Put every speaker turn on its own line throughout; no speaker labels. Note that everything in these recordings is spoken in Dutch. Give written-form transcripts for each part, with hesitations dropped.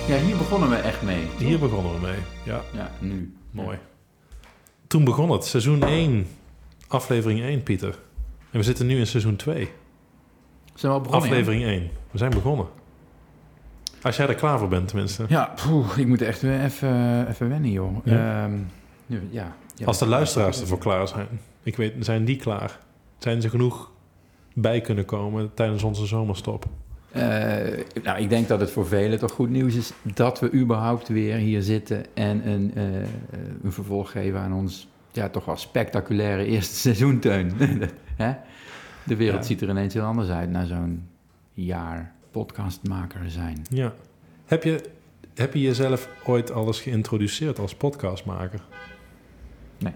Ja, hier begonnen we echt mee. Toch?
Hier begonnen we mee, ja.
Ja, nu.
Mooi. Ja. Toen begon het, seizoen 1, aflevering 1, Pieter. En we zitten nu in seizoen 2.
Zijn we al begonnen?
Aflevering 1. We zijn begonnen. Als jij er klaar voor bent, tenminste.
Ja, ik moet echt weer even wennen, joh.
Ja. Als de luisteraars ervoor klaar zijn. Ik weet, zijn die klaar? Zijn ze genoeg bij kunnen komen tijdens onze zomerstop?
Ik denk dat het voor velen toch goed nieuws is dat we überhaupt weer hier zitten en een vervolg geven aan ons toch wel spectaculaire eerste seizoen, Teun. Hè? De wereld ziet er ineens heel anders uit na zo'n jaar podcastmaker zijn.
Ja. Heb je jezelf ooit al eens geïntroduceerd als podcastmaker?
Nee.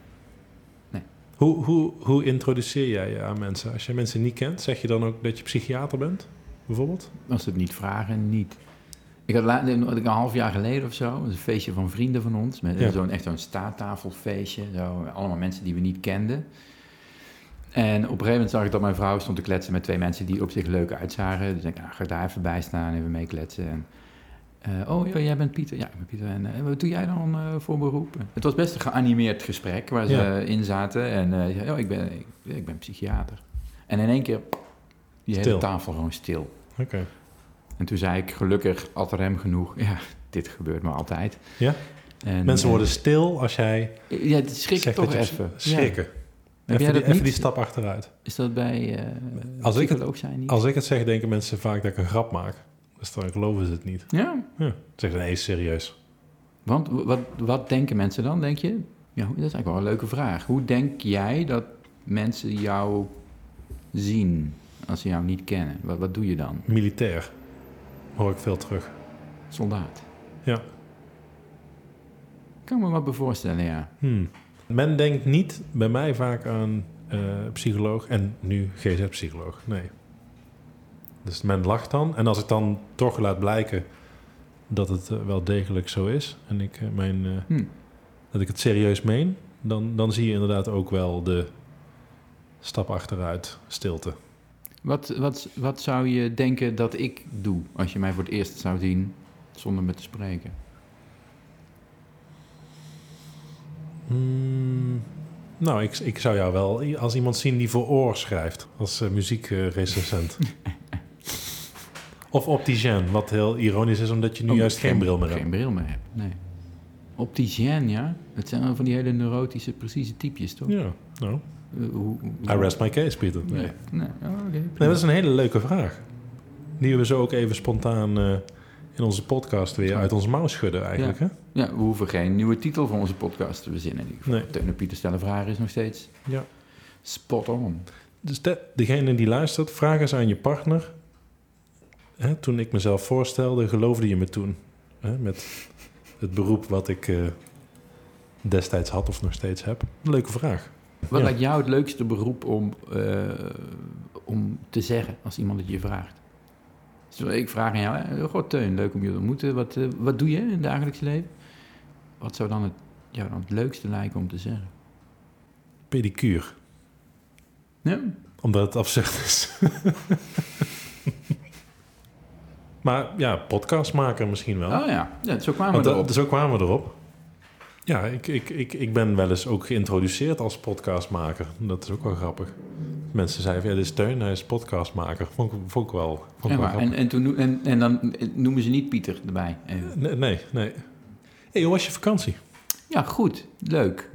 Hoe introduceer jij je aan mensen? Als je mensen niet kent, zeg je dan ook dat je psychiater bent, bijvoorbeeld?
Als ze het niet vragen, niet. Ik had een half jaar geleden of zo, een feestje van vrienden van ons, met zo'n staattafelfeestje, zo, allemaal mensen die we niet kenden. En op een gegeven moment zag ik dat mijn vrouw stond te kletsen met twee mensen die op zich leuk uitzagen. Dus ik ga ik daar even bij staan, even mee kletsen. En, jij bent Pieter. Ja, ik ben Pieter. En wat doe jij dan voor beroep? Het was best een geanimeerd gesprek waar ze in zaten. En ik ben psychiater. En in één keer, die hele tafel gewoon stil.
Oké.
En toen zei ik gelukkig ad rem genoeg, dit gebeurt me altijd.
Ja? En, mensen worden stil als jij...
Ja, het schrikt toch even.
Schrikken.
Ja.
Even die stap achteruit.
Is dat bij ook zijn niet?
Als ik het zeg, denken mensen vaak dat ik een grap maak. Dus dan geloven ze het niet.
Ja?
Ja. Zeggen nee, serieus.
Want wat denken mensen dan, denk je? Ja, dat is eigenlijk wel een leuke vraag. Hoe denk jij dat mensen jou zien als ze jou niet kennen? Wat doe je dan?
Militair. Hoor ik veel terug.
Soldaat.
Ja.
Ik kan me wat bij voorstellen, ja.
Men denkt niet bij mij vaak aan psycholoog en nu GZ-psycholoog. Nee. Dus men lacht dan. En als ik dan toch laat blijken dat het wel degelijk zo is en dat ik het serieus meen, dan zie je inderdaad ook wel de stap achteruit, stilte.
Wat zou je denken dat ik doe als je mij voor het eerst zou zien zonder me te spreken?
Nou, ik zou jou wel als iemand zien die voor oor schrijft, als muziekrecensent. Of opticien, wat heel ironisch is, omdat je nu juist geen bril meer hebt.
Geen bril meer heb, nee. Opticien, ja? Het zijn wel van die hele neurotische, precieze typjes, toch?
Ja, nou. I rest my case, Pieter. Nee.
Okay.
Dat is een hele leuke vraag. Die we zo ook even spontaan in onze podcast weer uit onze mouw schudden eigenlijk.
Ja.
Hè?
Ja, we hoeven geen nieuwe titel voor onze podcast te verzinnen. In ieder geval.
Nee.
Teun en Pieter stellen vragen is nog steeds spot on.
Dus degene die luistert, vraag eens aan je partner. Toen ik mezelf voorstelde, geloofde je me toen. Met het beroep wat ik destijds had of nog steeds heb. Een leuke vraag.
Wat lijkt jou het leukste beroep om te zeggen als iemand het je vraagt? Dus ik vraag aan jou, god Teun, leuk om je te ontmoeten. Wat doe je in het dagelijks leven? Wat zou dan het leukste lijken om te zeggen?
Pedicure.
Ja?
Omdat het absurd is. Maar ja, podcastmaker misschien wel.
Oh ja, zo kwamen we erop.
Zo kwamen we erop. Ja, ik ben wel eens ook geïntroduceerd als podcastmaker. Dat is ook wel grappig. Mensen zeiden, dit is Teun, hij is podcastmaker. Vond ik wel grappig.
En dan noemen ze niet Pieter erbij?
Nee. Hey, hoe was je vakantie?
Ja, goed. Leuk.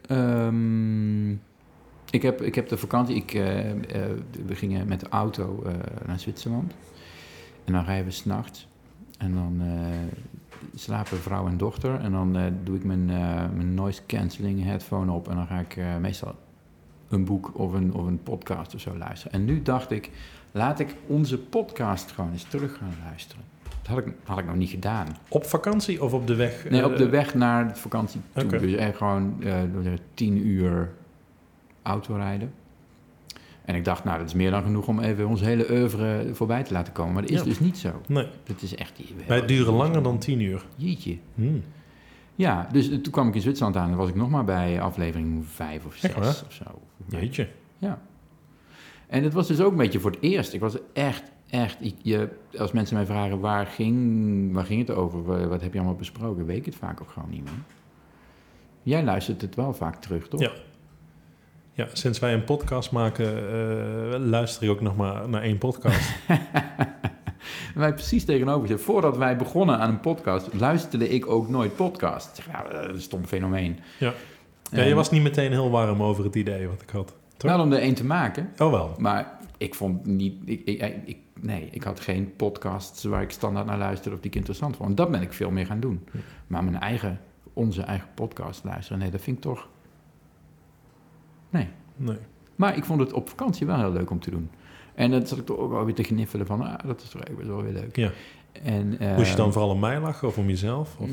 Ik heb de vakantie... we gingen met de auto naar Zwitserland. En dan rijden we 's nachts. En dan slapen vrouw en dochter. En dan doe ik mijn noise cancelling headphone op. En dan ga ik meestal een boek of een podcast of zo luisteren. En nu dacht ik, laat ik onze podcast gewoon eens terug gaan luisteren. Dat had ik nog niet gedaan.
Op vakantie of op de weg?
Nee, op de weg naar de vakantie toe.
Okay.
Dus echt gewoon 10 uur autorijden. En ik dacht, dat is meer dan genoeg om even ons hele oeuvre voorbij te laten komen. Maar dat is dus niet zo.
Nee.
Dat is echt...
Wij duren langer dan 10 uur.
Jeetje. Ja, dus toen kwam ik in Zwitserland aan. Dan was ik nog maar bij aflevering 5 of 6 of zo.
Jeetje.
Ja. En het was dus ook een beetje voor het eerst. Ik was echt echt, als mensen mij vragen waar ging het over, wat heb je allemaal besproken, weet ik het vaak ook gewoon niet meer. Jij luistert het wel vaak terug, toch?
Ja. Ja, sinds wij een podcast maken, luister ik ook nog maar naar 1 podcast.
Wij precies tegenover. Voordat wij begonnen aan een podcast, luisterde ik ook nooit podcast. Ik zeg, dat is een stom fenomeen.
Ja. Ja, je was niet meteen heel warm over het idee wat ik had. Toch?
Wel om er 1 te maken.
Oh wel.
Maar ik vond niet... ik had geen podcasts waar ik standaard naar luisterde of die ik interessant vond. En dat ben ik veel meer gaan doen. Maar onze eigen podcast luisteren, nee, dat vind ik toch... Nee. Maar ik vond het op vakantie wel heel leuk om te doen. En dan zat ik toch ook wel weer te gniffelen van... dat is toch wel weer leuk.
Ja.
En,
moest je dan vooral om mij lachen of om jezelf? Of?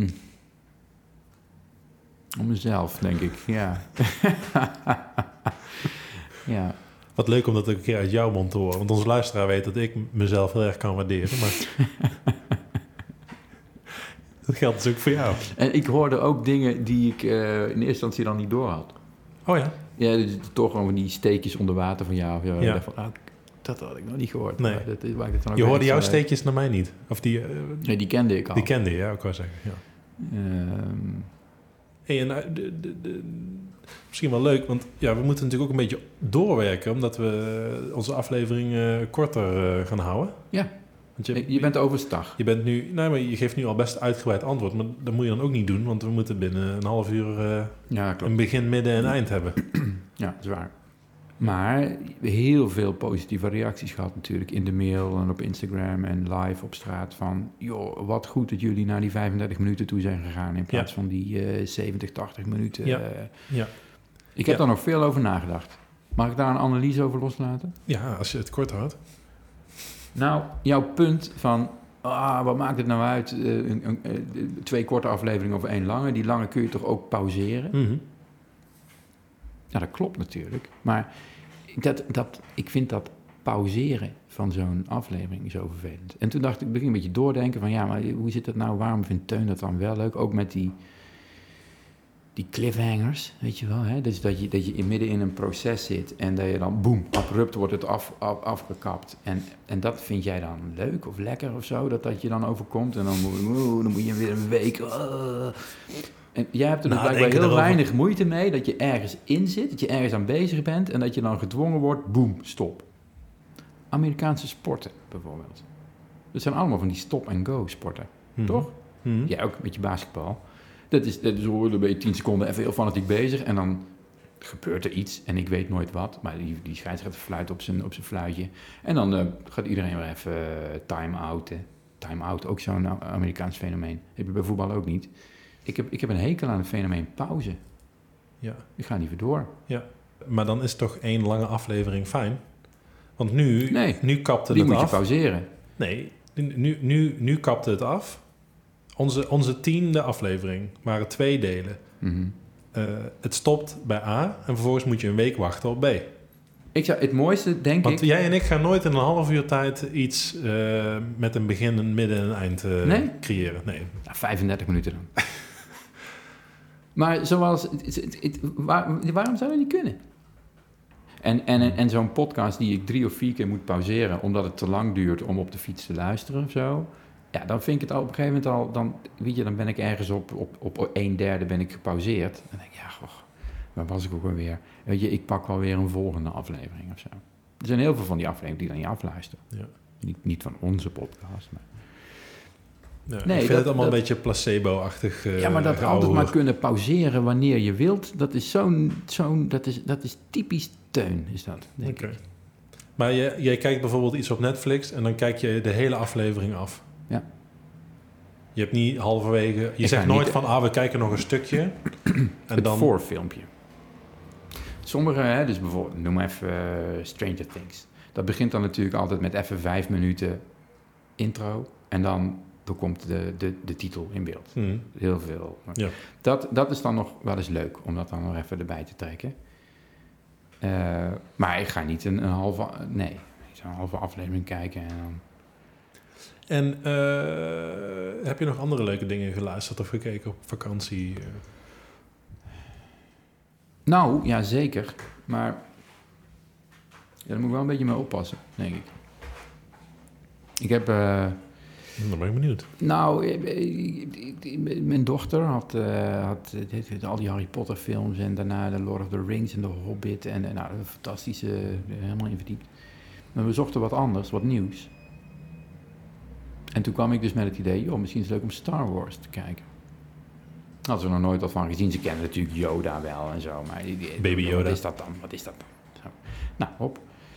Om mezelf, denk ik, ja. Ja.
Wat leuk om dat een keer uit jouw mond te horen. Want onze luisteraar weet dat ik mezelf heel erg kan waarderen. Maar dat geldt dus ook voor jou.
En ik hoorde ook dingen die ik in eerste instantie dan niet door had.
Oh ja?
Ja, dus toch gewoon die steekjes onder water van jou. Of
Ja.
Dat had ik nog niet gehoord.
Nee.
Maar dat maakt het dan ook
Je hoorde
echt
jouw
zo
steekjes naar mij niet? Of die,
nee, die kende ik al.
Die kende je, ja, ik wou zeggen. Ja. Hey, en misschien wel leuk, want ja, we moeten natuurlijk ook een beetje doorwerken, omdat we onze aflevering korter gaan houden.
Ja, want je bent overstag.
Je bent nu, maar je geeft nu al best uitgebreid antwoord, maar dat moet je dan ook niet doen, want we moeten binnen een half uur een begin, midden en eind hebben.
Ja, dat is waar. Maar heel veel positieve reacties gehad natuurlijk in de mail en op Instagram en live op straat van... joh, wat goed dat jullie naar die 35 minuten toe zijn gegaan in plaats van die 70, 80 minuten.
Ja.
Ik heb daar nog veel over nagedacht. Mag ik daar een analyse over loslaten?
Ja, als je het kort houdt.
Nou, jouw punt van... wat maakt het nou uit? 2 korte afleveringen of 1 lange. Die lange kun je toch ook pauzeren?
Mm-hmm.
Ja, dat klopt natuurlijk. Maar ik vind dat pauzeren van zo'n aflevering zo vervelend. En toen dacht ik, begin een beetje doordenken van... ja, maar hoe zit dat nou? Waarom vindt Teun dat dan wel leuk? Ook met die cliffhangers, weet je wel. Hè? Dus dat je midden in een proces zit... en dat je dan, boem, abrupt wordt het afgekapt. En dat vind jij dan leuk of lekker of zo? Dat je dan overkomt en dan moet je weer een week... En jij hebt er dus blijkbaar heel weinig moeite mee dat je ergens in zit, dat je ergens aan bezig bent en dat je dan gedwongen wordt, boem, stop. Amerikaanse sporten bijvoorbeeld. Dat zijn allemaal van die stop-and-go sporten, toch? Mm-hmm. Jij ook met je basketbal. Dat is dan ben je 10 seconden even heel fanatiek bezig en dan gebeurt er iets en ik weet nooit wat, maar die scheidsrechter fluit op zijn fluitje en dan gaat iedereen weer even time-outen. Time-out, ook zo'n Amerikaans fenomeen. Heb je bij voetbal ook niet. Ik heb een hekel aan het fenomeen pauze.
Ja.
Ik ga liever door.
Ja, maar dan is toch 1 lange aflevering fijn? Want nu kapte het af.
Die moet je pauzeren.
Nee, nu kapte het af. Onze 10e aflevering waren 2 delen.
Mm-hmm.
Het stopt bij A en vervolgens moet je een week wachten op B.
Het mooiste, denk
Want jij en ik gaan nooit in een half uur tijd iets met een begin, een midden en een eind creëren. Nee.
Nou, 35 minuten dan. Maar zoals... waarom zou dat niet kunnen? En zo'n podcast die ik 3 of 4 keer moet pauzeren... omdat het te lang duurt om op de fiets te luisteren of zo... Ja, dan vind ik het al op een gegeven moment al... Dan ben ik ergens op 1/3 ben ik gepauzeerd. Dan denk ik, ja, goh, waar was ik ook alweer? Weet je, ik pak wel weer een volgende aflevering of zo. Er zijn heel veel van die afleveringen die dan niet afluisteren. Ja. Niet van onze podcast, maar...
Ja, nee, ik vind het allemaal een beetje placebo-achtig.
Ja, maar dat altijd maar kunnen pauzeren wanneer je wilt, dat is dat is typisch Teun, is dat, denk ik.
Maar jij kijkt bijvoorbeeld iets op Netflix en dan kijk je de hele aflevering af.
Ja.
Je hebt niet halverwege... Je zegt nooit van, we kijken nog een stukje. En
het voorfilmpje. Sommige, dus bijvoorbeeld, noem even Stranger Things. Dat begint dan natuurlijk altijd met even 5 minuten intro en dan komt de titel in beeld. Mm. Heel veel. Ja. Dat is dan nog wel eens leuk, om dat dan nog even erbij te trekken. Maar ik ga niet een halve aflevering kijken.
En heb je nog andere leuke dingen geluisterd of gekeken op vakantie?
Nou, ja, zeker. Maar daar moet ik wel een beetje mee oppassen, denk ik. Ik heb...
Dan ben ik benieuwd.
Nou, mijn dochter had al die Harry Potter films en daarna de Lord of the Rings en de Hobbit en nou, een fantastische, helemaal in verdiept. Maar we zochten wat anders, wat nieuws. En toen kwam ik dus met het idee, joh, misschien is het leuk om Star Wars te kijken. Hadden ze nog nooit wat van gezien. Ze kennen natuurlijk Yoda wel en zo, maar
Baby Yoda.
Wat is dat dan? Zo. Nou, op.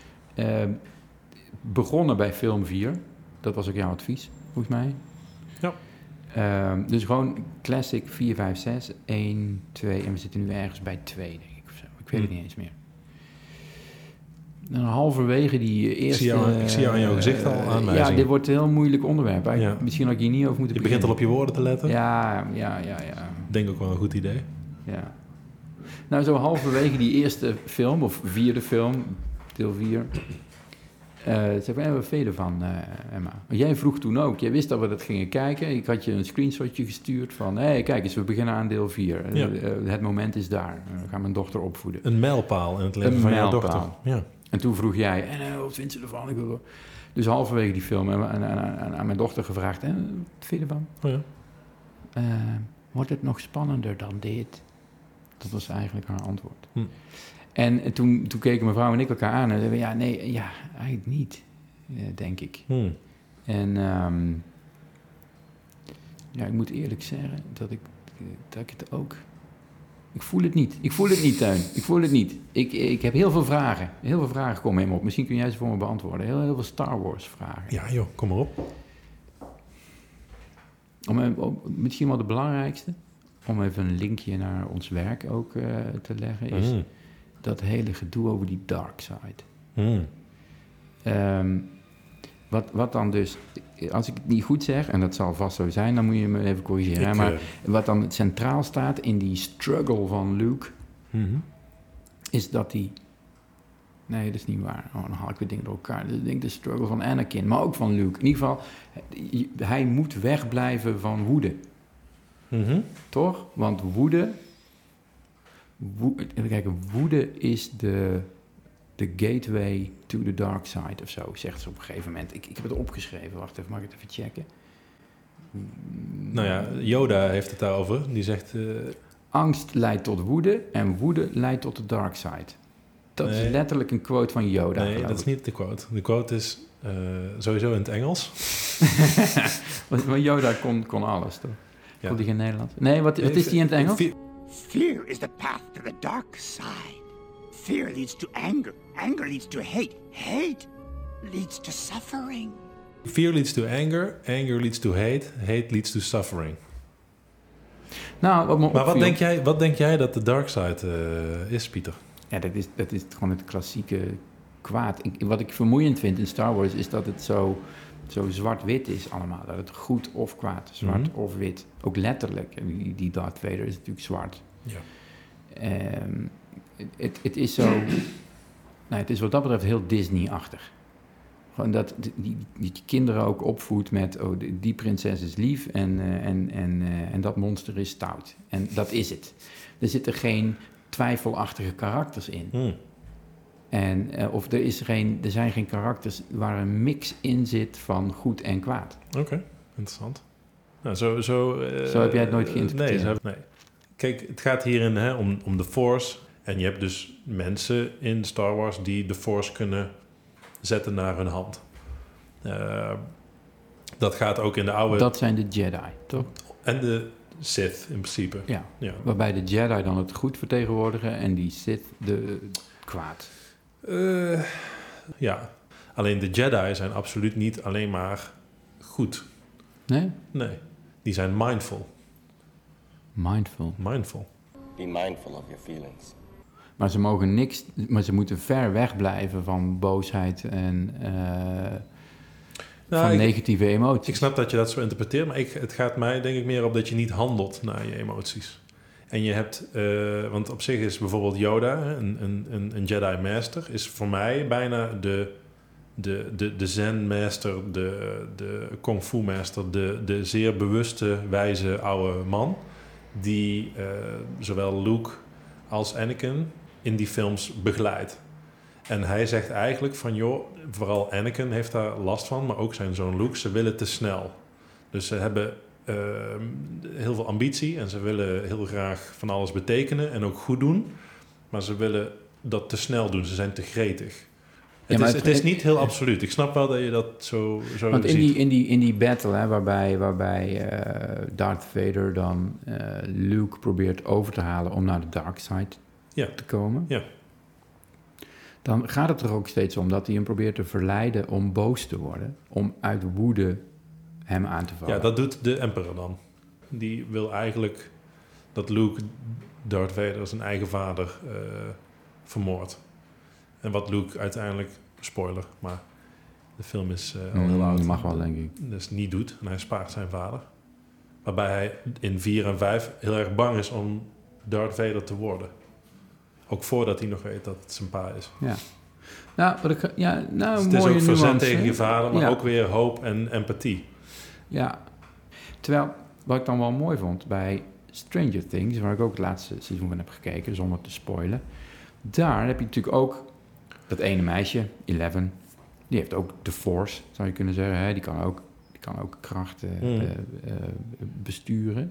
Begonnen bij film 4. Dat was ook jouw advies, volgens mij.
Ja.
Dus gewoon classic 4, 5, 6, 1, 2 en we zitten nu ergens bij 2, denk ik. Of zo. Ik weet het niet eens meer. En halverwege die eerste...
Ik zie jou aan jouw gezicht al aanwijzingen.
Ja, dit wordt een heel moeilijk onderwerp.
Ja.
Misschien had ik hier niet over moeten
Je begint al op je woorden te letten.
Ja.
Denk ook wel een goed idee.
Ja. Nou, zo halverwege die eerste film, of vierde film, deel 4... zeg maar, wat vind je ervan, Emma? Want jij vroeg toen ook, jij wist dat we dat gingen kijken. Ik had je een screenshotje gestuurd van... hé, kijk eens, we beginnen aan deel 4.
Ja.
Het moment is daar. We gaan mijn dochter opvoeden.
Een mijlpaal in het leven van jouw dochter. Ja.
En toen vroeg jij, wat vindt ze ervan? Ik wil... Dus halverwege die film aan mijn dochter gevraagd... wat vind je ervan?
Oh ja.
Wordt het nog spannender dan dit? Dat was eigenlijk haar antwoord. En toen keken mijn vrouw en ik elkaar aan en zeiden we, eigenlijk niet, denk ik. En ik moet eerlijk zeggen dat ik het ook... Ik voel het niet, Teun. Ik voel het niet. Ik heb heel veel vragen. Heel veel vragen komen in me op. Misschien kun jij ze voor me beantwoorden. Heel veel Star Wars vragen.
Ja joh, kom maar op.
Misschien wel de belangrijkste, om even een linkje naar ons werk ook te leggen, is... dat hele gedoe over die dark side. Wat dan dus, als ik het niet goed zeg, en dat zal vast zo zijn, dan moet je me even corrigeren. Maar wat dan centraal staat in die struggle van Luke, is dat hij... Nee, dat is niet waar. Dan haal ik weer dingen door elkaar. Dus ik denk de struggle van Anakin, maar ook van Luke. In ieder geval, hij moet wegblijven van woede. Toch? Want woede is de gateway to the dark side of zo, zegt ze op een gegeven moment. Ik heb het opgeschreven, wacht even, mag ik het even checken?
Nou ja, Yoda heeft het daarover. Die zegt...
Angst leidt tot woede en woede leidt tot de dark side. Dat is letterlijk een quote van Yoda.
Nee, dat is niet de quote. De quote is sowieso in het Engels.
Maar Yoda kon alles, toch?
Ja.
Kon die geen Nederlands? Nee, wat is die in het Engels?
Fear is the path to the dark side. Fear leads to anger. Anger leads to hate. Hate leads to suffering.
Fear leads to anger. Anger leads to hate. Hate leads to suffering.
Nou,
maar wat denk jij dat de dark side is, Pieter?
Ja, dat is gewoon het klassieke kwaad. Wat ik vermoeiend vind in Star Wars is dat het zo zwart-wit is allemaal. Dat het goed of kwaad, zwart of wit. Ook letterlijk. Die Darth Vader is natuurlijk zwart.
Ja.
Het is zo... Nou, het is wat dat betreft heel Disney-achtig. Gewoon dat die kinderen ook opvoedt met... die prinses is lief en dat monster is stout. En dat is het. Er zitten geen twijfelachtige karakters in. Of er zijn geen karakters waar een mix in zit van goed en kwaad.
Oké, interessant. Nou, zo
heb jij het nooit geïnterpreteerd?
Nee. Kijk, het gaat hierin om de Force. En je hebt dus mensen in Star Wars die de Force kunnen zetten naar hun hand. Dat gaat ook in de oude...
Dat zijn de Jedi, toch?
En de Sith in principe.
Ja. Waarbij de Jedi dan het goed vertegenwoordigen en die Sith de kwaad.
Ja, alleen de Jedi zijn absoluut niet alleen maar goed.
Nee?
Nee, die zijn mindful.
Mindful.
Be mindful of your feelings.
Maar ze mogen niks, maar ze moeten ver weg blijven van boosheid en van negatieve emoties.
Ik snap dat je dat zo interpreteert, maar het gaat mij denk ik meer op dat je niet handelt naar je emoties. En je hebt, want op zich is bijvoorbeeld Yoda, een Jedi Master, is voor mij bijna de Zen Master, de Kung Fu Master, de zeer bewuste, wijze oude man, die zowel Luke als Anakin in die films begeleidt. En hij zegt eigenlijk van, joh, vooral Anakin heeft daar last van, maar ook zijn zoon Luke, ze willen te snel. Dus ze hebben heel veel ambitie en ze willen heel graag van alles betekenen en ook goed doen. Maar ze willen dat te snel doen, ze zijn te gretig. Het is niet heel absoluut. Ik snap wel dat je dat zo
want
ziet.
in die battle, hè, waarbij Darth Vader dan Luke probeert over te halen om naar de dark side te komen.
Ja.
Dan gaat het er ook steeds om dat hij hem probeert te verleiden om boos te worden. Om uit woede hem aan te vallen.
Ja, dat doet de Emperor dan. Die wil eigenlijk dat Luke Darth Vader zijn eigen vader vermoordt. En wat Luke uiteindelijk, spoiler, maar de film is al heel oud.
Mag wel, denk ik.
Dus niet doet. En hij spaart zijn vader. Waarbij hij in 4 en 5 heel erg bang is om Darth Vader te worden. Ook voordat hij nog weet dat het zijn pa is.
Ja. Nou, dus
het is ook verzet tegen je vader, maar ook weer hoop en empathie.
Ja. Terwijl, wat ik dan wel mooi vond bij Stranger Things, waar ik ook het laatste seizoen van heb gekeken, zonder te spoilen. Daar heb je natuurlijk ook dat ene meisje, 11, die heeft ook de Force, zou je kunnen zeggen. Hè? Die kan ook krachten besturen.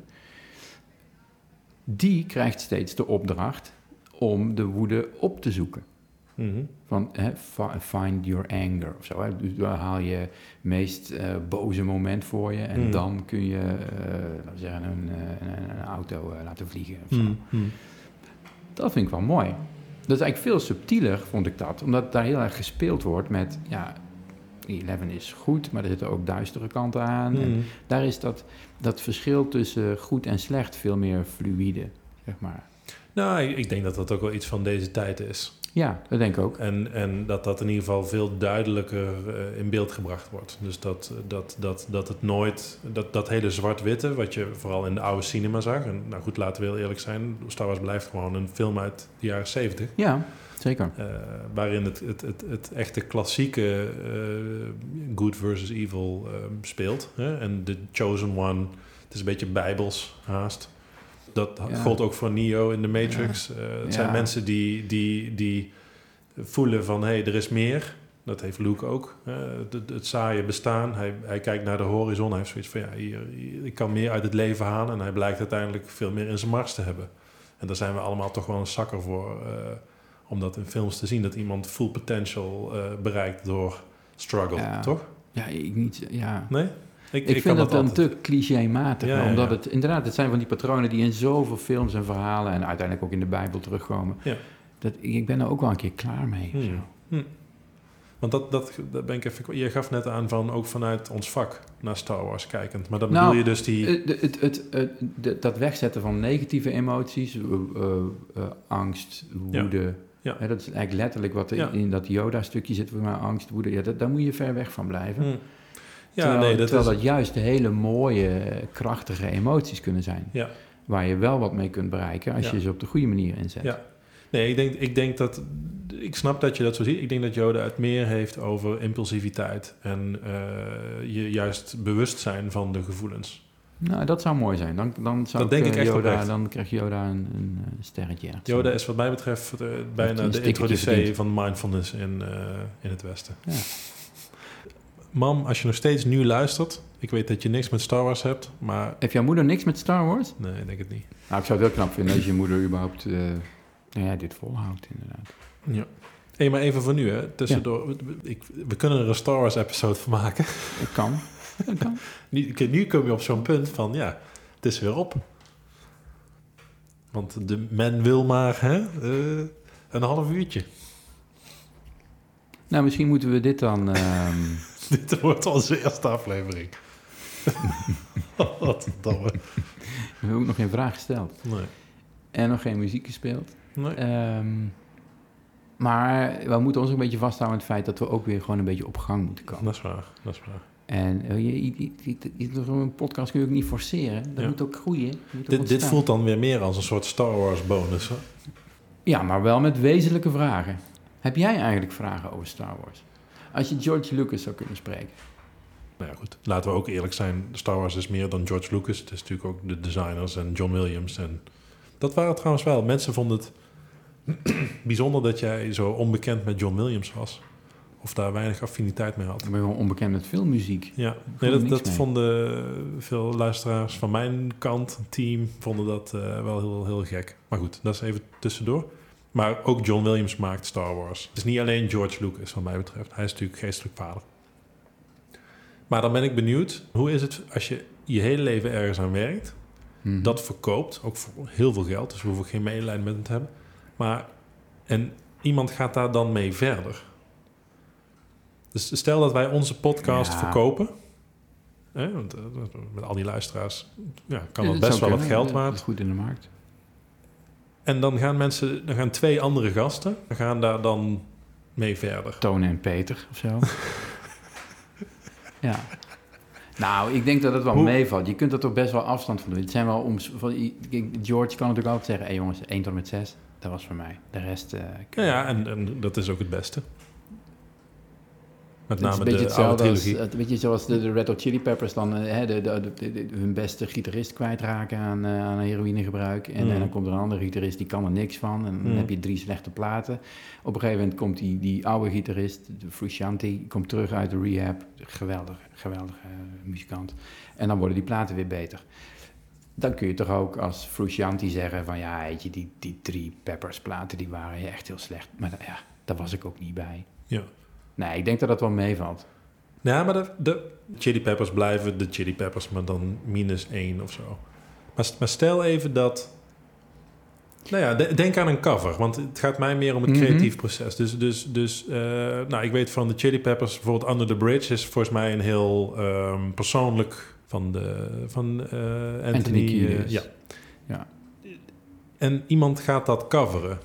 Die krijgt steeds de opdracht om de woede op te zoeken.
Mm-hmm.
Van find your anger of zo. Hè? Dus daar haal je meest boze moment voor je en dan kun je laten we zeggen, een auto laten vliegen. Of zo.
Mm-hmm.
Dat vind ik wel mooi. Dat is eigenlijk veel subtieler, vond ik dat. Omdat daar heel erg gespeeld wordt met... Ja, 11 is goed, maar er zitten ook duistere kanten aan. En daar is dat verschil tussen goed en slecht veel meer fluïde, zeg maar.
Nou, ik denk dat dat ook wel iets van deze tijd is.
Ja, dat denk ik ook.
En dat in ieder geval veel duidelijker in beeld gebracht wordt. Dus dat het nooit... Dat hele zwart-witte, wat je vooral in de oude cinema zag... En nou goed, laten we heel eerlijk zijn... Star Wars blijft gewoon een film uit de jaren 70.
Ja, zeker.
Waarin het echte klassieke good versus evil speelt. Hè? En The Chosen One, het is een beetje bijbels haast... Dat gold ook voor Neo in de Matrix. Het zijn mensen die voelen van... hé, er is meer. Dat heeft Luke ook. Het saaie bestaan. Hij kijkt naar de horizon. Hij heeft zoiets van... ik kan meer uit het leven halen. En hij blijkt uiteindelijk veel meer in zijn mars te hebben. En daar zijn we allemaal toch wel een zakker voor... om dat in films te zien. Dat iemand full potential bereikt door struggle. Toch?
Ja, ik niet... Ja.
Nee?
Ik vind dat dan te clichématig. Omdat het inderdaad, het zijn van die patronen die in zoveel films en verhalen en uiteindelijk ook in de Bijbel terugkomen. Ja. Ik ben er ook wel een keer klaar mee.
Want dat ben ik even... Je gaf net aan van ook vanuit ons vak naar Star Wars kijkend. Maar dan bedoel je dus die...
Dat wegzetten van negatieve emoties, angst, woede. Ja. Dat is eigenlijk letterlijk wat in dat Yoda-stukje zit voor mij, angst, woede. Ja, daar moet je ver weg van blijven. Terwijl dat juist hele mooie, krachtige emoties kunnen zijn. Ja. Waar je wel wat mee kunt bereiken als je ze op de goede manier inzet. Ja.
Nee, ik denk dat... Ik snap dat je dat zo ziet. Ik denk dat Yoda het meer heeft over impulsiviteit. En je juist bewust zijn van de gevoelens.
Nou, dat zou mooi zijn. Dan zou
dat denk ik echt
Yoda, dan krijgt Yoda een sterretje.
Yoda is wat mij betreft bijna de introducee van mindfulness in het Westen. Ja. Mam, als je nog steeds nu luistert... Ik weet dat je niks met Star Wars hebt, maar...
Heeft jouw moeder niks met Star Wars?
Nee, ik denk het niet.
Nou, ik zou het heel knap vinden als je moeder überhaupt... dit volhoudt, inderdaad.
Ja. Hey, maar even voor nu, hè. Tussendoor. Ja. We kunnen er een Star Wars episode van maken.
Dat kan.
Nu kom je op zo'n punt van... Ja, het is weer op. Want men wil maar een half uurtje.
Nou, misschien moeten we dit dan...
Dit wordt onze eerste aflevering. Wat domme.
We hebben ook nog geen vraag gesteld.
Nee.
En nog geen muziek gespeeld.
Nee.
Maar we moeten ons ook een beetje vasthouden aan het feit... dat we ook weer gewoon een beetje op gang moeten komen.
Dat is waar.
En een podcast kun je ook niet forceren. Dat moet ook groeien.
Dit voelt dan weer meer als een soort Star Wars bonus, hè?
Ja, maar wel met wezenlijke vragen. Heb jij eigenlijk vragen over Star Wars? Als je George Lucas zou kunnen spreken.
Nou ja, goed. Laten we ook eerlijk zijn. Star Wars is meer dan George Lucas. Het is natuurlijk ook de designers en John Williams. En dat waren trouwens wel. Mensen vonden het bijzonder dat jij zo onbekend met John Williams was. Of daar weinig affiniteit mee had.
Ik ben gewoon onbekend met filmmuziek.
Ja, dat vonden veel luisteraars van mijn kant, team, vonden dat wel heel, heel gek. Maar goed, dat is even tussendoor. Maar ook John Williams maakt Star Wars. Het is niet alleen George Lucas, wat mij betreft. Hij is natuurlijk geestelijk vader. Maar dan ben ik benieuwd, hoe is het als je je hele leven ergens aan werkt, dat verkoopt, ook voor heel veel geld, dus we hoeven geen medelijden met hem te hebben. En iemand gaat daar dan mee verder. Dus stel dat wij onze podcast verkopen. Want met al die luisteraars kan dat best wel wat geld waard.
Dat is goed in de markt.
En dan gaan 2 andere gasten gaan daar dan mee verder.
Tone en Peter of zo. Ja. Nou, ik denk dat het wel meevalt. Je kunt er toch best wel afstand van doen. Het zijn wel George kan natuurlijk altijd zeggen, jongens, 1 tot en met 6, dat was voor mij. De rest...
en dat is ook het beste. Met
het
name de oude trilogie.
Weet je, zoals de Red Hot Chili Peppers dan hun beste gitarist kwijtraken aan heroïnegebruik. En dan komt er een andere gitarist, die kan er niks van. En dan heb je 3 slechte platen. Op een gegeven moment komt die oude gitarist, de Frusciante, komt terug uit de rehab. Geweldige muzikant. En dan worden die platen weer beter. Dan kun je toch ook als Frusciante zeggen van die 3 Peppers platen, die waren echt heel slecht. Maar daar was ik ook niet bij.
Ja.
Nee, ik denk dat dat wel meevalt.
Ja, maar de Chili Peppers blijven de Chili Peppers, maar dan -1 of zo. Maar stel even dat... denk aan een cover, want het gaat mij meer om het creatief proces. Dus ik weet van de Chili Peppers, bijvoorbeeld Under the Bridge is volgens mij een heel persoonlijk van Anthony
Kiedis.
Ja. En iemand gaat dat coveren.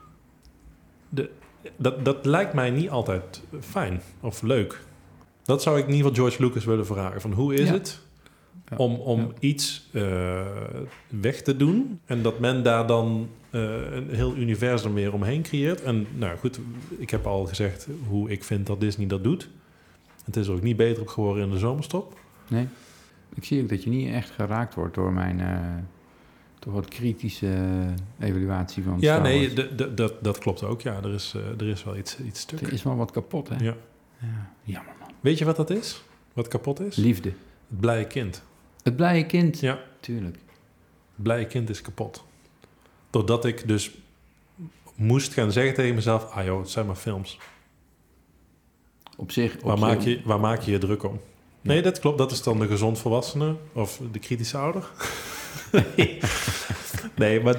Dat lijkt mij niet altijd fijn of leuk. Dat zou ik in ieder geval George Lucas willen vragen. Van hoe is het om iets weg te doen... en dat men daar dan een heel universum weer omheen creëert. En nou goed, ik heb al gezegd hoe ik vind dat Disney dat doet. Het is er ook niet beter op geworden in de zomerstop.
Nee, ik zie ook dat je niet echt geraakt wordt door mijn... toch wat kritische evaluatie van Star Wars.
Dat klopt ook. Ja, er is wel iets stuk.
Er is wel wat kapot, hè?
Ja.
Jammer, man.
Weet je wat dat is? Wat kapot is?
Liefde.
Het blije kind.
Het blije kind?
Ja.
Tuurlijk.
Het blije kind is kapot. Doordat ik dus moest gaan zeggen tegen mezelf... het zijn maar films.
Op zich...
Waar maak je je druk om? Ja. Nee, dat klopt. Dat is dan de gezond volwassene of de kritische ouder. Nee, maar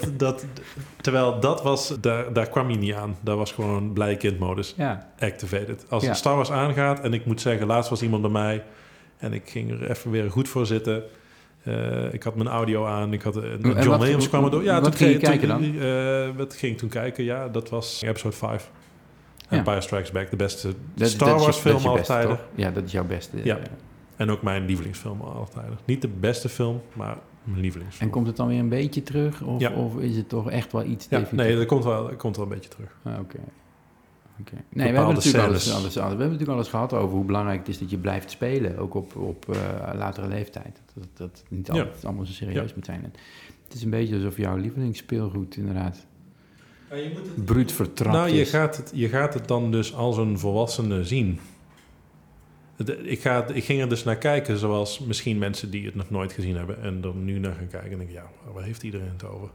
terwijl dat was, daar kwam je niet aan. Daar was gewoon blije kindmodus.
Ja.
Activated. Als Star Wars aangaat en ik moet zeggen, laatst was iemand bij mij en ik ging er even weer goed voor zitten. Ik had mijn audio aan. Ik had John Williams kwam er door. Ja,
wat ging je kijken dan?
Wat ging ik toen kijken? Ja, dat was episode 5. Empire Strikes Back, de beste Star Wars film aller tijden.
Ja, dat is jouw beste.
Ja. En ook mijn lievelingsfilm aller tijden. Niet de beste film, maar mijn lievelingsfilm.
En komt het dan weer een beetje terug? Of is het toch echt wel iets definitief?
Nee, dat komt wel een beetje terug.
Oké. Nee, we hebben natuurlijk alles gehad over hoe belangrijk het is dat je blijft spelen. Ook op latere leeftijd. Dat niet altijd allemaal zo serieus moet zijn. En het is een beetje alsof jouw lievelingsspeelgoed inderdaad... bruut vertrapt is.
Je gaat het dan dus als een volwassene zien. Ik ging er dus naar kijken, zoals misschien mensen die het nog nooit gezien hebben en er nu naar gaan kijken en denken, waar heeft iedereen het over?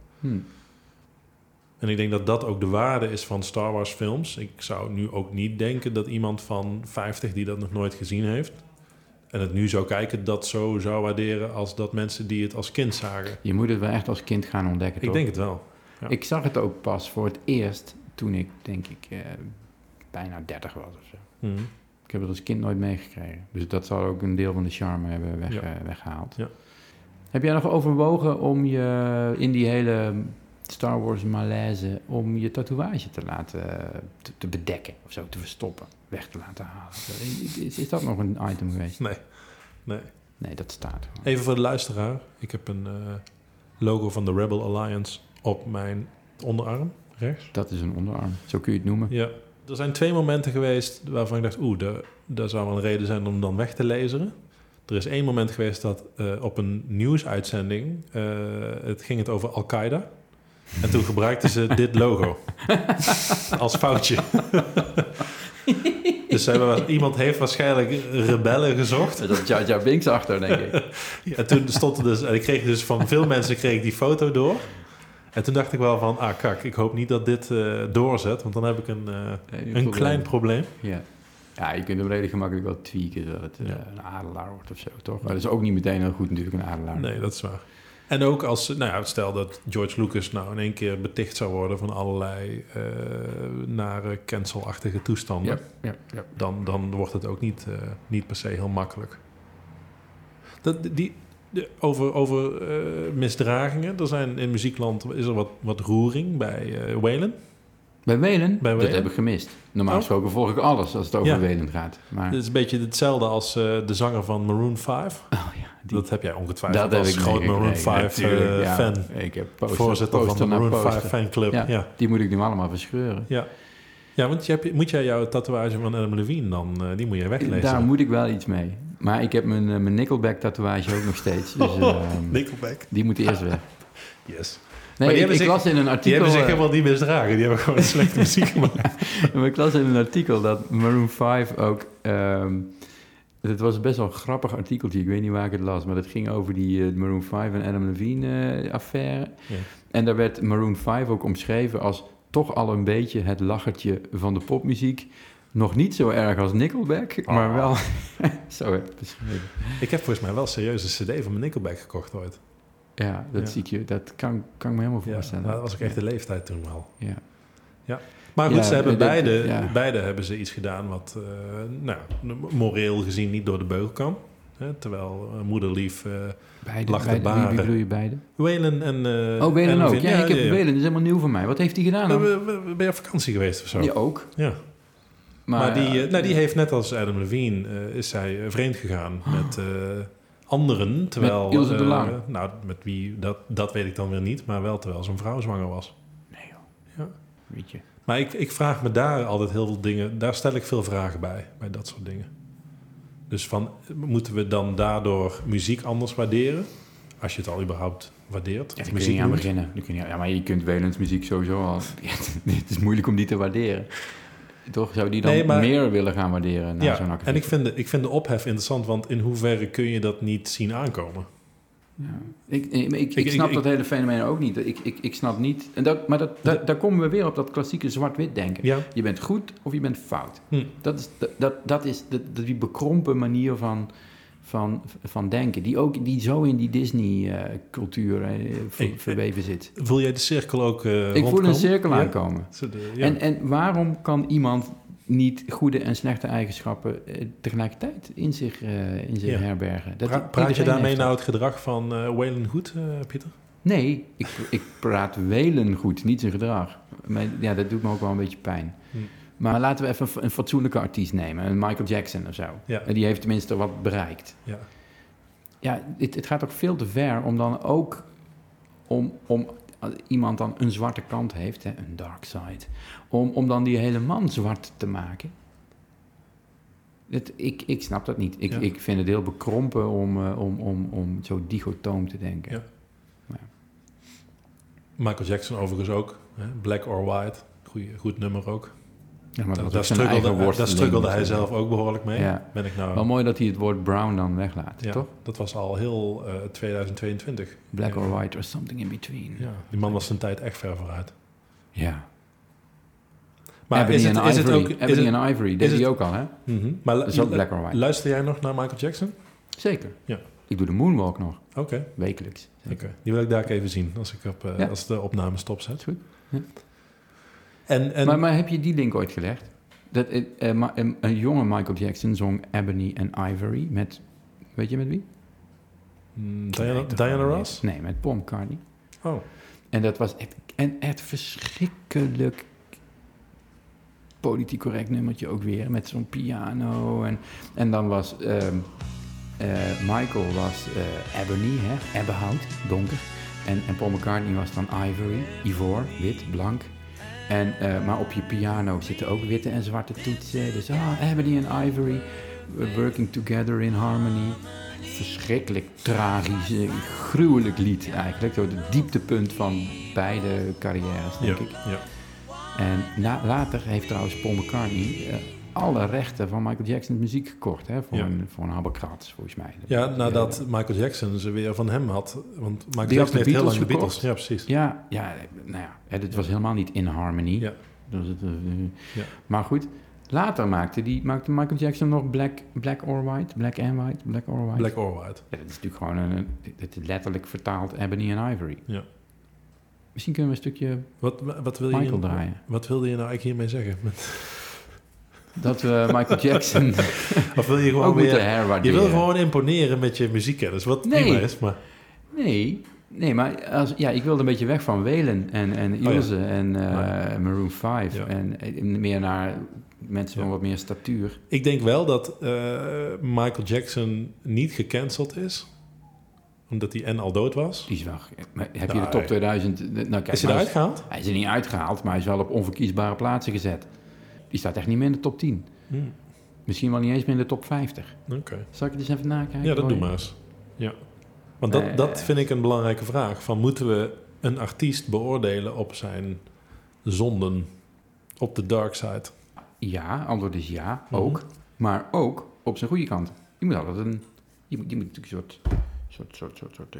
En ik denk dat dat ook de waarde is van Star Wars films. Ik zou nu ook niet denken dat iemand van 50 die dat nog nooit gezien heeft en het nu zou kijken, dat zo zou waarderen als dat mensen die het als kind zagen.
Je moet het wel echt als kind gaan ontdekken, toch?
Ik denk het wel. Ja.
Ik zag het ook pas voor het eerst toen ik, denk ik, bijna 30 was of zo. Ik heb het als kind nooit meegekregen. Dus dat zal ook een deel van de charme hebben weggehaald. Ja. Heb jij nog overwogen om je in die hele Star Wars malaise... om je tatoeage te laten te bedekken of zo, te verstoppen, weg te laten halen? Is dat nog een item geweest?
Nee,
dat staat gewoon.
Even voor de luisteraar. Ik heb een logo van de Rebel Alliance op mijn onderarm, rechts.
Dat is een onderarm, zo kun je het noemen.
Ja. Er zijn 2 momenten geweest waarvan ik dacht... daar zou wel een reden zijn om dan weg te laseren. Er is 1 moment geweest dat op een nieuwsuitzending... het ging over Al-Qaeda. En toen gebruikten ze dit logo als foutje. Dus iemand heeft waarschijnlijk rebellen gezocht.
Er zat Jar Jar Binks achter, denk ik.
En toen stond er dus... En ik kreeg dus van veel mensen die foto door. En toen dacht ik wel van... kak, ik hoop niet dat dit doorzet. Want dan heb ik een klein probleem.
Ja. Ja, je kunt hem redelijk gemakkelijk wel tweaken... dat het een adelaar wordt of zo, toch? Maar dat is ook niet meteen heel goed natuurlijk, een adelaar.
Nee, dat is waar. En ook als... stel dat George Lucas nou in één keer beticht zou worden... van allerlei nare cancel-achtige toestanden...
Ja.
Dan wordt het ook niet per se heel makkelijk. Over misdragingen... Er zijn in muziekland is er wat roering bij Waylon.
Bij Waylon? Dat heb ik gemist. Normaal gesproken volg ik alles als het over Waylon gaat. Maar...
Het is een beetje hetzelfde als de zanger van Maroon 5.
Oh ja.
Dat heb jij ongetwijfeld
dat
als groot Maroon 5 fan.
Ik heb
voorzitter van de Maroon 5 fanclub.
Ja, die moet ik nu allemaal verscheuren.
Ja, want moet jij jouw tatoeage van Adam Levine dan... die moet jij weglezen.
Daar moet ik wel iets mee. Maar ik heb mijn Nickelback tatoeage ook nog steeds. Dus,
Nickelback?
Die moet eerst weg.
Yes.
Nee, ik las in een artikel...
Die hebben zich helemaal niet misdragen. Die hebben gewoon slechte muziek gemaakt.
Maar ik las in een artikel dat Maroon 5 ook... het was best wel een grappig artikeltje. Ik weet niet waar ik het las. Maar dat ging over die Maroon 5 en Adam Levine affaire. Ja. En daar werd Maroon 5 ook omschreven als... toch al een beetje het lachertje van de popmuziek. Nog niet zo erg als Nickelback, maar wel zo werd het beschreven.
Ik heb volgens mij wel serieus een cd van mijn Nickelback gekocht ooit.
Ja, dat kan ik me helemaal voorstellen.
Dat was ook echt de leeftijd toen wel.
Ja.
Maar goed, ze hebben beide hebben ze iets gedaan wat moreel gezien niet door de beugel kan. Terwijl moederlief lag te baren.
Wie bedoel je beide?
Waylon en...
Waylon ook. Ja, Waylon is helemaal nieuw voor mij. Wat heeft hij gedaan dan?
Ben je op vakantie geweest of zo?
Ja, ook.
Ja. Maar die heeft net als Adam Levine... is zij vreemd gegaan met anderen. Terwijl,
met Ilse de Lange?
Met wie, dat weet ik dan weer niet. Maar wel terwijl zijn vrouw zwanger was.
Nee joh.
Ja.
Weet je.
Maar ik vraag me daar altijd heel veel dingen... Daar stel ik veel vragen bij dat soort dingen. Dus moeten we dan daardoor muziek anders waarderen? Als je het al überhaupt waardeert.
Ja, daar kun je niet aan beginnen. Maar je kunt Waylons muziek sowieso al... Het is moeilijk om die te waarderen. Toch zou die dan meer willen gaan waarderen? Zo'n activiteit?
En ik vind de ophef interessant, want in hoeverre kun je dat niet zien aankomen?
Ja. Ik snap dat hele fenomeen ook niet. Ik snap niet... Daar komen we weer op dat klassieke zwart-wit denken. Ja. Je bent goed of je bent fout. Dat is die bekrompen manier van denken. Die zo in die Disney-cultuur verweven zit.
Voel jij de cirkel ook
Ik voel een cirkel aankomen.
Ja.
En waarom kan iemand niet goede en slechte eigenschappen tegelijkertijd in zich herbergen?
Praat je daarmee nou het gedrag van Waylon goed, Pieter?
Nee, ik praat Waylon goed, niet zijn gedrag. Maar, dat doet me ook wel een beetje pijn. Maar laten we even een fatsoenlijke artiest nemen. Een Michael Jackson of zo. Ja. En die heeft tenminste wat bereikt. Ja, het gaat ook veel te ver om dan ook... om iemand dan een zwarte kant heeft, een dark side... om dan die hele man zwart te maken. Ik snap dat niet. Ik vind het heel bekrompen om zo dichotoom te denken. Ja.
Michael Jackson overigens ook. Black or White. Goed nummer ook.
Ja, maar
daar struggelde hij zelf ook behoorlijk mee. Ja.
Wel mooi dat hij het woord brown dan weglaat, toch?
Dat was al heel 2022.
Black or white or something in between.
Ja, die man was zijn tijd echt ver vooruit.
Ja.
Maar
Ebony and Ivory deed hij ook al, hè?
Mm-hmm. Maar
dat is ook black or white.
Luister jij nog naar Michael Jackson?
Zeker.
Ja.
Ik doe de moonwalk nog.
Oké.
Wekelijks.
Oké. Die wil ik daar even zien als de opname stopzet.
Is goed. Ja. Maar heb je die link ooit gelegd? Dat een jonge Michael Jackson zong Ebony and Ivory met... Weet je met wie?
Diana Ross?
Nee, met Paul McCartney.
Oh.
En dat was echt verschrikkelijk politiek correct nummertje ook weer. Met zo'n piano. En dan was... Michael was Ebony, ebbenhout, donker. En Paul McCartney was dan Ivory, ivoor, wit, blank. Maar op je piano zitten ook witte en zwarte toetsen. Dus Ebony and Ivory, working together in harmony. verschrikkelijk tragisch, gruwelijk lied eigenlijk. Zo het dieptepunt van beide carrières, denk ik.
Ja.
En later heeft trouwens Paul McCartney alle rechten van Michael Jackson's muziek gekocht. Hè, voor een habbekrats, volgens mij.
Ja, nadat Michael Jackson ze weer van hem had. Want Michael
Die
Jackson
had de
heeft heel lang de
Beatles
Beatles.
gekocht.
Ja, precies.
Het was helemaal niet in harmony.
Ja.
Dus
Ja.
Maar goed, later maakte Michael Jackson nog Black or White. Black or White.
Black or White.
Ja, dat is natuurlijk gewoon het is letterlijk vertaald Ebony and Ivory.
Ja.
Misschien kunnen we een stukje
Wat wil
Michael
je
draaien.
Wat wilde je nou eigenlijk hiermee zeggen?
Dat we Michael Jackson
Of wil je gewoon
ook moeten
weer...
herwaarderen.
Je wil gewoon imponeren met je muziekkennis, wat prima is, maar...
Nee, maar ik wilde een beetje weg van Waylon en Ilse en Maroon 5.
Ja.
En meer naar mensen van wat meer statuur.
Ik denk wel dat Michael Jackson niet gecanceld is, omdat hij al dood was.
Die is wel... Heb je de top 2000... Nou, kijk,
Is hij eruit gehaald?
Hij is er niet uitgehaald, maar hij is wel op onverkiesbare plaatsen gezet. Die staat echt niet meer in de top 10. Misschien wel niet eens meer in de top 50.
Oké.
Zal ik het eens even nakijken?
Ja, dat doe maar eens. Ja. Want dat vind ik een belangrijke vraag. Van, moeten we een artiest beoordelen op zijn zonden, op de dark side?
Ja, antwoord is ja, ook. Maar ook op zijn goede kant. Je moet altijd je moet natuurlijk een soort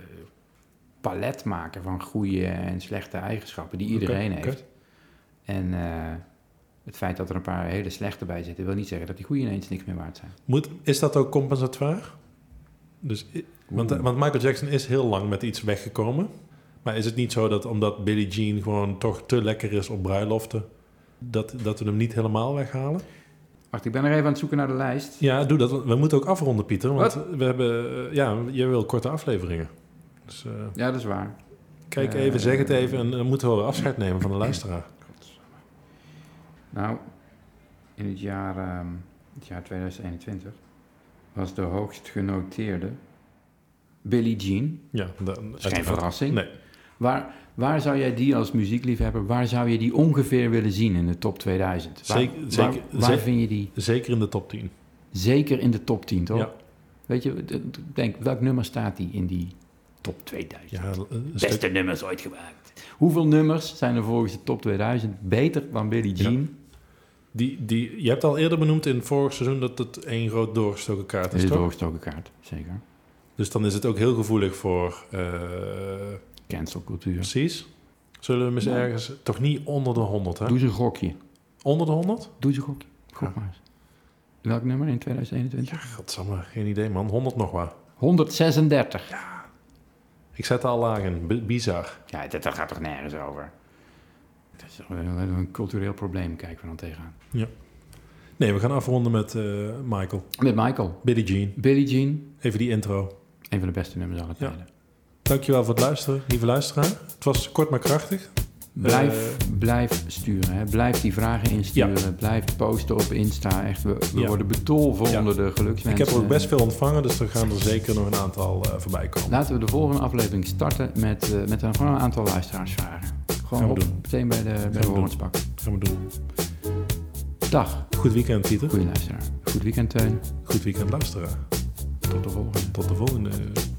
palet maken van goede en slechte eigenschappen die iedereen heeft. En het feit dat er een paar hele slechte bij zitten, wil niet zeggen dat die goede ineens niks meer waard zijn.
Is dat ook compensatoire? Dus, want Michael Jackson is heel lang met iets weggekomen. Maar is het niet zo dat omdat Billie Jean gewoon toch te lekker is op bruiloften, dat we hem niet helemaal weghalen?
Wacht, ik ben er even aan het zoeken naar de lijst.
Ja, doe dat. We moeten ook afronden, Pieter. Want we hebben... je wil korte afleveringen. Dus,
ja, dat is waar.
Kijk even, zeg het even en dan moeten we weer afscheid nemen van de luisteraar.
Nou, in het jaar 2021 was de hoogst genoteerde Billie Jean.
Ja,
dat is geen verrassing.
Nee.
Waar zou jij die als muziekliefhebber, waar zou je die ongeveer willen zien in de top 2000? Waar vind je die?
Zeker in de top 10.
Zeker in de top 10, toch?
Ja.
Weet je, denk, welk nummer staat die in die top 2000?
Ja,
beste nummers ooit gemaakt. Hoeveel nummers zijn er volgens de top 2000 beter dan Billie Jean?
Ja. Je hebt al eerder benoemd in het vorige seizoen dat het één groot doorgestoken kaart is, toch?
Het is een doorgestoken kaart, zeker.
Dus dan is het ook heel gevoelig voor...
cancelcultuur.
Precies. Zullen we eens ergens... Toch niet onder de 100, hè?
Doe eens een gokje.
Onder de 100?
Doe eens een gokje. Gok maar eens. Welk nummer in 2021?
Ja, godsamme. Geen idee, man. 100 nog wat.
136.
Ja. Ik zet er al laag in. Bizar.
Ja, dat gaat toch nergens over? Dat is een cultureel probleem, kijken we dan tegenaan.
Ja. Nee, we gaan afronden met Michael.
Met Michael.
Billie Jean.
Billie Jean.
Even die intro.
Een van de beste nummers aller tijden.
Ja. Dankjewel voor het luisteren, lieve luisteraar. Het was kort maar krachtig.
Blijf sturen. Hè. Blijf die vragen insturen. Ja. Blijf posten op Insta. Echt, we worden betolvol onder de gelukswensen.
Ik heb er ook best veel ontvangen, dus er gaan er zeker nog een aantal voorbij komen.
Laten we de volgende aflevering starten met gewoon een aantal luisteraarsvragen. Gewoon meteen bij de horens pakken.
Gaan we doen.
Dag.
Goed weekend, Pieter.
Goeie luisteraar. Goed weekend, Teun.
Goed weekend, luisteraar.
Tot de volgende.
Tot de volgende.